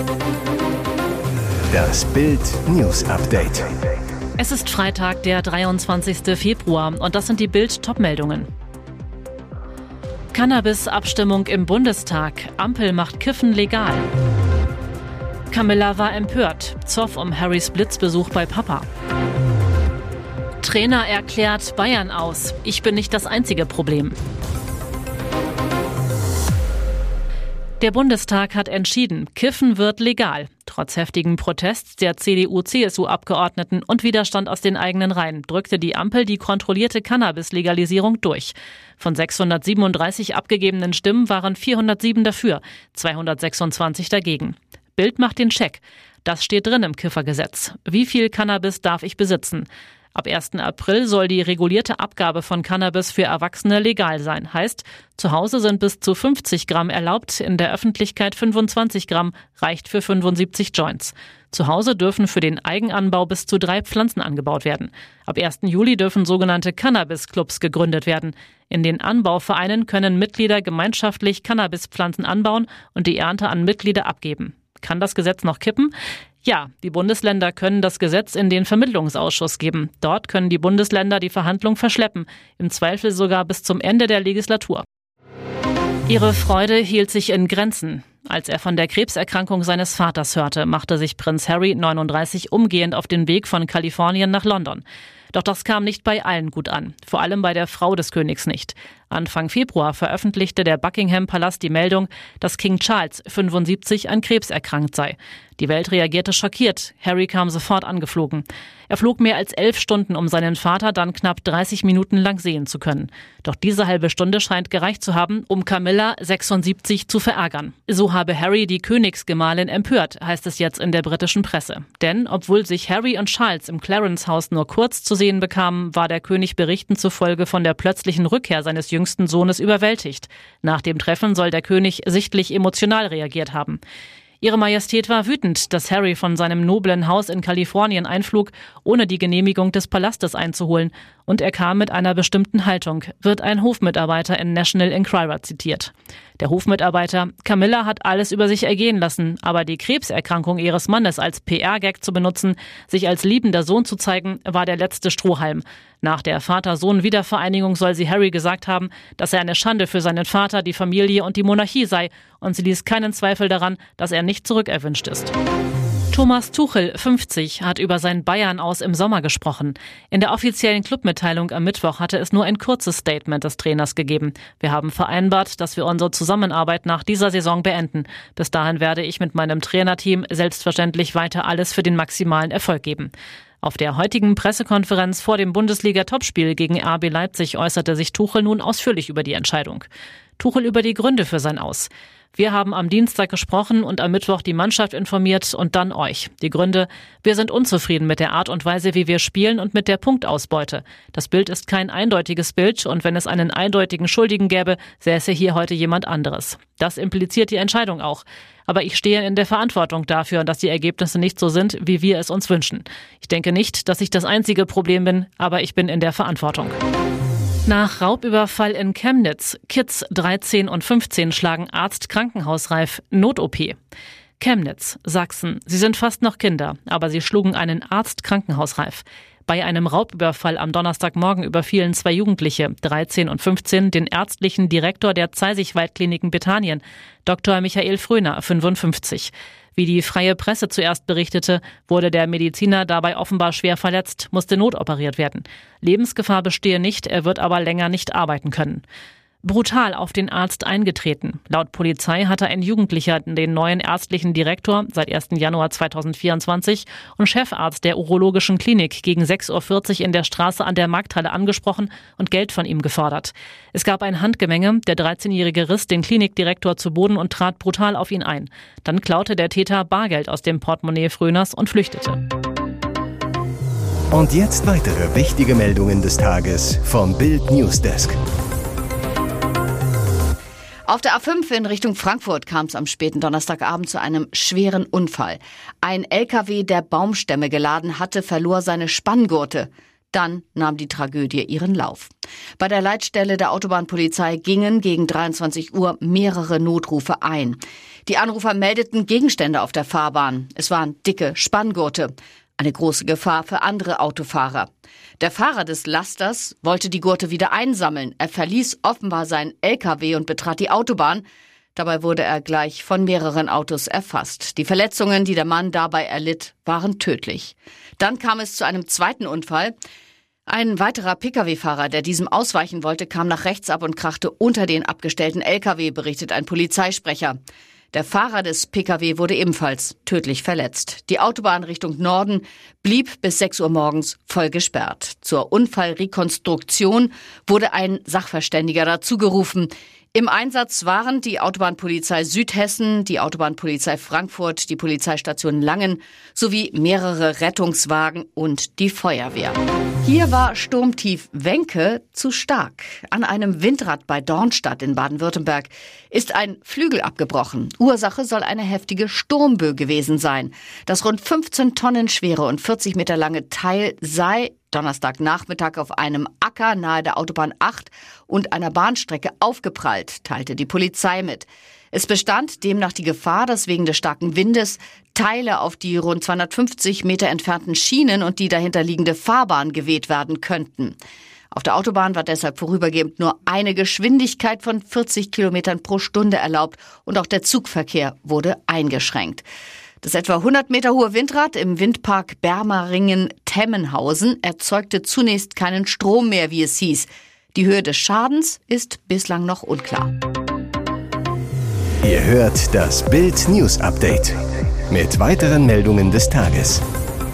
Das Bild News Update. Es ist Freitag, der 23. Februar und das sind die Bild-Top-Meldungen. Cannabis-Abstimmung im Bundestag. Ampel macht Kiffen legal. Camilla war empört. Zoff um Harrys Blitzbesuch bei Papa. Trainer erklärt Bayern aus. Ich bin nicht das einzige Problem. Der Bundestag hat entschieden, Kiffen wird legal. Trotz heftigen Protests der CDU-CSU-Abgeordneten und Widerstand aus den eigenen Reihen drückte die Ampel die kontrollierte Cannabis-Legalisierung durch. Von 637 abgegebenen Stimmen waren 407 dafür, 226 dagegen. Bild macht den Check. Das steht drin im Kiffergesetz. Wie viel Cannabis darf ich besitzen? Ab 1. April soll die regulierte Abgabe von Cannabis für Erwachsene legal sein. Heißt, zu Hause sind bis zu 50 Gramm erlaubt, in der Öffentlichkeit 25 Gramm, reicht für 75 Joints. Zu Hause dürfen für den Eigenanbau bis zu 3 Pflanzen angebaut werden. Ab 1. Juli dürfen sogenannte Cannabis-Clubs gegründet werden. In den Anbauvereinen können Mitglieder gemeinschaftlich Cannabispflanzen anbauen und die Ernte an Mitglieder abgeben. Kann das Gesetz noch kippen? Ja, die Bundesländer können das Gesetz in den Vermittlungsausschuss geben. Dort können die Bundesländer die Verhandlung verschleppen, im Zweifel sogar bis zum Ende der Legislatur. Ihre Freude hielt sich in Grenzen. Als er von der Krebserkrankung seines Vaters hörte, machte sich Prinz Harry, 39, umgehend auf den Weg von Kalifornien nach London. Doch das kam nicht bei allen gut an, vor allem bei der Frau des Königs nicht. Anfang Februar veröffentlichte der Buckingham-Palast die Meldung, dass King Charles, 75, an Krebs erkrankt sei. Die Welt reagierte schockiert. Harry kam sofort angeflogen. Er flog mehr als 11 Stunden, um seinen Vater dann knapp 30 Minuten lang sehen zu können. Doch diese halbe Stunde scheint gereicht zu haben, um Camilla, 76, zu verärgern. So habe Harry die Königsgemahlin empört, heißt es jetzt in der britischen Presse. Denn obwohl sich Harry und Charles im Clarence-Haus nur kurz zu sehen bekamen, war der König Berichten zufolge von der plötzlichen Rückkehr seines jüngsten Sohnes überwältigt. Nach dem Treffen soll der König sichtlich emotional reagiert haben. Ihre Majestät war wütend, dass Harry von seinem noblen Haus in Kalifornien einflog, ohne die Genehmigung des Palastes einzuholen. Und er kam mit einer bestimmten Haltung, wird ein Hofmitarbeiter in National Enquirer zitiert. Der Hofmitarbeiter: Camilla hat alles über sich ergehen lassen, aber die Krebserkrankung ihres Mannes als PR-Gag zu benutzen, sich als liebender Sohn zu zeigen, war der letzte Strohhalm. Nach der Vater-Sohn-Wiedervereinigung soll sie Harry gesagt haben, dass er eine Schande für seinen Vater, die Familie und die Monarchie sei, und sie ließ keinen Zweifel daran, dass er nicht zurückerwünscht ist. Thomas Tuchel, 50, hat über sein Bayern aus im Sommer gesprochen. In der offiziellen Clubmitteilung am Mittwoch hatte es nur ein kurzes Statement des Trainers gegeben. Wir haben vereinbart, dass wir unsere Zusammenarbeit nach dieser Saison beenden. Bis dahin werde ich mit meinem Trainerteam selbstverständlich weiter alles für den maximalen Erfolg geben. Auf der heutigen Pressekonferenz vor dem Bundesliga-Topspiel gegen RB Leipzig äußerte sich Tuchel nun ausführlich über die Entscheidung. Tuchel über die Gründe für sein Aus. Wir haben am Dienstag gesprochen und am Mittwoch die Mannschaft informiert und dann euch. Die Gründe: Wir sind unzufrieden mit der Art und Weise, wie wir spielen und mit der Punktausbeute. Das Bild ist kein eindeutiges Bild und wenn es einen eindeutigen Schuldigen gäbe, säße hier heute jemand anderes. Das impliziert die Entscheidung auch. Aber ich stehe in der Verantwortung dafür, dass die Ergebnisse nicht so sind, wie wir es uns wünschen. Ich denke nicht, dass ich das einzige Problem bin, aber ich bin in der Verantwortung. Nach Raubüberfall in Chemnitz. Kids 13 und 15 schlagen Arzt krankenhausreif. Not-OP. Chemnitz, Sachsen. Sie sind fast noch Kinder, aber sie schlugen einen Arzt krankenhausreif. Bei einem Raubüberfall am Donnerstagmorgen überfielen 2 Jugendliche, 13 und 15, den ärztlichen Direktor der Zeisigwaldkliniken Bethanien, Dr. Michael Fröhner, 55. Wie die freie Presse zuerst berichtete, wurde der Mediziner dabei offenbar schwer verletzt, musste notoperiert werden. Lebensgefahr bestehe nicht, er wird aber länger nicht arbeiten können. Brutal auf den Arzt eingetreten. Laut Polizei hatte ein Jugendlicher den neuen ärztlichen Direktor seit 1. Januar 2024 und Chefarzt der urologischen Klinik gegen 6.40 Uhr in der Straße an der Markthalle angesprochen und Geld von ihm gefordert. Es gab ein Handgemenge, der 13-Jährige riss den Klinikdirektor zu Boden und trat brutal auf ihn ein. Dann klaute der Täter Bargeld aus dem Portemonnaie Fröners und flüchtete. Und jetzt weitere wichtige Meldungen des Tages vom Bild Newsdesk. Auf der A5 in Richtung Frankfurt kam es am späten Donnerstagabend zu einem schweren Unfall. Ein LKW, der Baumstämme geladen hatte, verlor seine Spanngurte. Dann nahm die Tragödie ihren Lauf. Bei der Leitstelle der Autobahnpolizei gingen gegen 23 Uhr mehrere Notrufe ein. Die Anrufer meldeten Gegenstände auf der Fahrbahn. Es waren dicke Spanngurte. Eine große Gefahr für andere Autofahrer. Der Fahrer des Lasters wollte die Gurte wieder einsammeln. Er verließ offenbar seinen LKW und betrat die Autobahn. Dabei wurde er gleich von mehreren Autos erfasst. Die Verletzungen, die der Mann dabei erlitt, waren tödlich. Dann kam es zu einem zweiten Unfall. Ein weiterer Pkw-Fahrer, der diesem ausweichen wollte, kam nach rechts ab und krachte unter den abgestellten LKW, berichtet ein Polizeisprecher. Der Fahrer des Pkw wurde ebenfalls tödlich verletzt. Die Autobahn Richtung Norden blieb bis 6 Uhr morgens voll gesperrt. Zur Unfallrekonstruktion wurde ein Sachverständiger dazugerufen. Im Einsatz waren die Autobahnpolizei Südhessen, die Autobahnpolizei Frankfurt, die Polizeistation Langen sowie mehrere Rettungswagen und die Feuerwehr. Hier war Sturmtief Wenke zu stark. An einem Windrad bei Dornstadt in Baden-Württemberg ist ein Flügel abgebrochen. Ursache soll eine heftige Sturmböe gewesen sein. Das rund 15 Tonnen schwere und 40 Meter lange Teil sei Donnerstagnachmittag auf einem Acker nahe der Autobahn 8 und einer Bahnstrecke aufgeprallt, teilte die Polizei mit. Es bestand demnach die Gefahr, dass wegen des starken Windes Teile auf die rund 250 Meter entfernten Schienen und die dahinterliegende Fahrbahn geweht werden könnten. Auf der Autobahn war deshalb vorübergehend nur eine Geschwindigkeit von 40 Kilometern pro Stunde erlaubt und auch der Zugverkehr wurde eingeschränkt. Das etwa 100 Meter hohe Windrad im Windpark Bermaringen-Temmenhausen erzeugte zunächst keinen Strom mehr, wie es hieß. Die Höhe des Schadens ist bislang noch unklar. Ihr hört das BILD News Update mit weiteren Meldungen des Tages.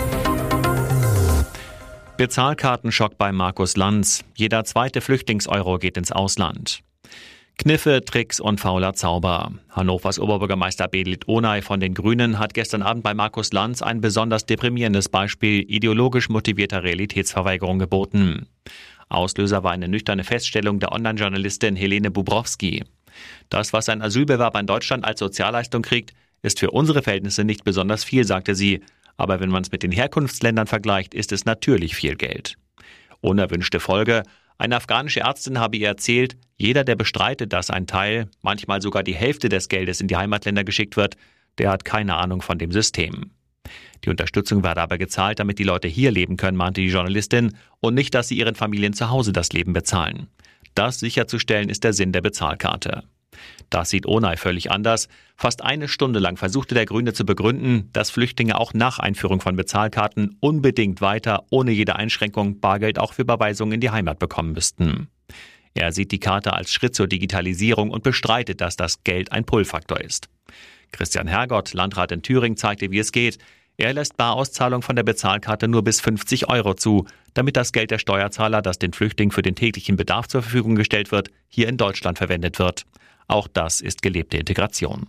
Bezahlkartenschock bei Markus Lanz. Jeder zweite Flüchtlingseuro geht ins Ausland. Kniffe, Tricks und fauler Zauber. Hannovers Oberbürgermeister Belit Onay von den Grünen hat gestern Abend bei Markus Lanz ein besonders deprimierendes Beispiel ideologisch motivierter Realitätsverweigerung geboten. Auslöser war eine nüchterne Feststellung der Online-Journalistin Helene Bubrowski. Das, was ein Asylbewerber in Deutschland als Sozialleistung kriegt, ist für unsere Verhältnisse nicht besonders viel, sagte sie. Aber wenn man es mit den Herkunftsländern vergleicht, ist es natürlich viel Geld. Unerwünschte Folge: Eine afghanische Ärztin habe ihr erzählt, jeder, der bestreitet, dass ein Teil, manchmal sogar die Hälfte des Geldes in die Heimatländer geschickt wird, der hat keine Ahnung von dem System. Die Unterstützung werde aber gezahlt, damit die Leute hier leben können, mahnte die Journalistin, und nicht, dass sie ihren Familien zu Hause das Leben bezahlen. Das sicherzustellen ist der Sinn der Bezahlkarte. Das sieht Onay völlig anders. Fast eine Stunde lang versuchte der Grüne zu begründen, dass Flüchtlinge auch nach Einführung von Bezahlkarten unbedingt weiter, ohne jede Einschränkung, Bargeld auch für Überweisungen in die Heimat bekommen müssten. Er sieht die Karte als Schritt zur Digitalisierung und bestreitet, dass das Geld ein Pull-Faktor ist. Christian Hergott, Landrat in Thüringen, zeigte, wie es geht. Er lässt Barauszahlung von der Bezahlkarte nur bis 50 Euro zu, damit das Geld der Steuerzahler, das den Flüchtlingen für den täglichen Bedarf zur Verfügung gestellt wird, hier in Deutschland verwendet wird. Auch das ist gelebte Integration.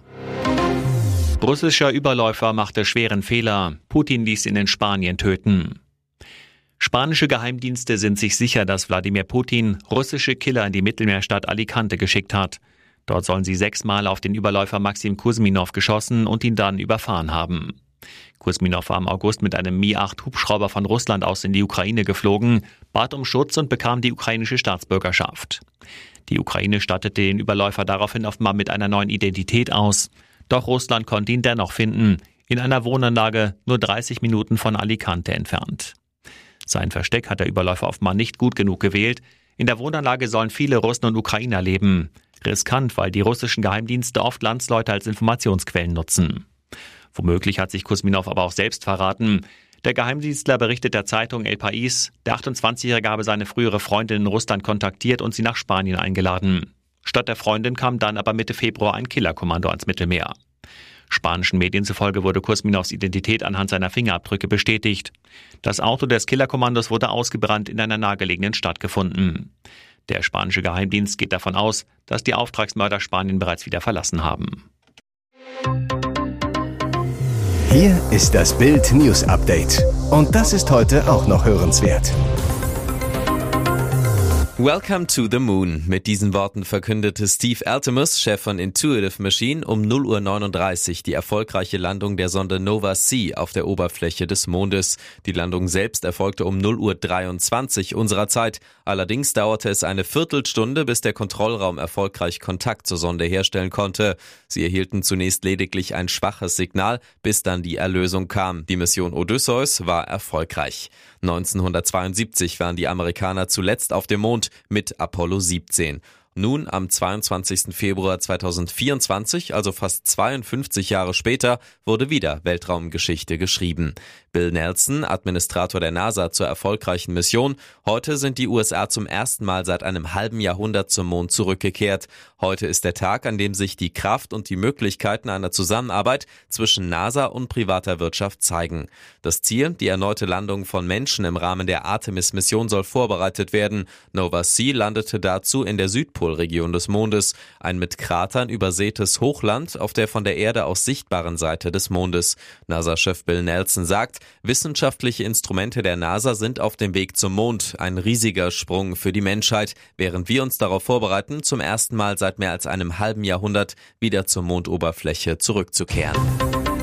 Russischer Überläufer machte schweren Fehler. Putin ließ ihn in Spanien töten. Spanische Geheimdienste sind sich sicher, dass Wladimir Putin russische Killer in die Mittelmeerstadt Alicante geschickt hat. Dort sollen sie 6-mal auf den Überläufer Maxim Kusminov geschossen und ihn dann überfahren haben. Kusminov war im August mit einem Mi-8 von Russland aus in die Ukraine geflogen, bat um Schutz und bekam die ukrainische Staatsbürgerschaft. Die Ukraine stattete den Überläufer daraufhin offenbar mit einer neuen Identität aus. Doch Russland konnte ihn dennoch finden, in einer Wohnanlage nur 30 Minuten von Alicante entfernt. Sein Versteck hat der Überläufer offenbar nicht gut genug gewählt. In der Wohnanlage sollen viele Russen und Ukrainer leben. Riskant, weil die russischen Geheimdienste oft Landsleute als Informationsquellen nutzen. Womöglich hat sich Kusminov aber auch selbst verraten. Der Geheimdienstler berichtet der Zeitung El País, der 28-Jährige habe seine frühere Freundin in Russland kontaktiert und sie nach Spanien eingeladen. Statt der Freundin kam dann aber Mitte Februar ein Killerkommando ans Mittelmeer. Spanischen Medien zufolge wurde Kusminovs Identität anhand seiner Fingerabdrücke bestätigt. Das Auto des Killerkommandos wurde ausgebrannt in einer nahegelegenen Stadt gefunden. Der spanische Geheimdienst geht davon aus, dass die Auftragsmörder Spanien bereits wieder verlassen haben. Hier ist das BILD News Update. Und das ist heute auch noch hörenswert. Welcome to the Moon. Mit diesen Worten verkündete Steve Altemus, Chef von Intuitive Machine, um 0:39 Uhr die erfolgreiche Landung der Sonde Nova C auf der Oberfläche des Mondes. Die Landung selbst erfolgte um 0:23 Uhr unserer Zeit. Allerdings dauerte es eine Viertelstunde, bis der Kontrollraum erfolgreich Kontakt zur Sonde herstellen konnte. Sie erhielten zunächst lediglich ein schwaches Signal, bis dann die Erlösung kam. Die Mission Odysseus war erfolgreich. 1972 waren die Amerikaner zuletzt auf dem Mond mit Apollo 17. Nun, am 22. Februar 2024, also fast 52 Jahre später, wurde wieder Weltraumgeschichte geschrieben. Bill Nelson, Administrator der NASA zur erfolgreichen Mission. Heute sind die USA zum ersten Mal seit einem halben Jahrhundert zum Mond zurückgekehrt. Heute ist der Tag, an dem sich die Kraft und die Möglichkeiten einer Zusammenarbeit zwischen NASA und privater Wirtschaft zeigen. Das Ziel, die erneute Landung von Menschen im Rahmen der Artemis-Mission, soll vorbereitet werden. Nova C landete dazu in der Südpolregion des Mondes, ein mit Kratern übersätes Hochland auf der von der Erde aus sichtbaren Seite des Mondes. NASA-Chef Bill Nelson sagt, wissenschaftliche Instrumente der NASA sind auf dem Weg zum Mond, ein riesiger Sprung für die Menschheit, während wir uns darauf vorbereiten, zum ersten Mal seit mehr als einem halben Jahrhundert wieder zur Mondoberfläche zurückzukehren.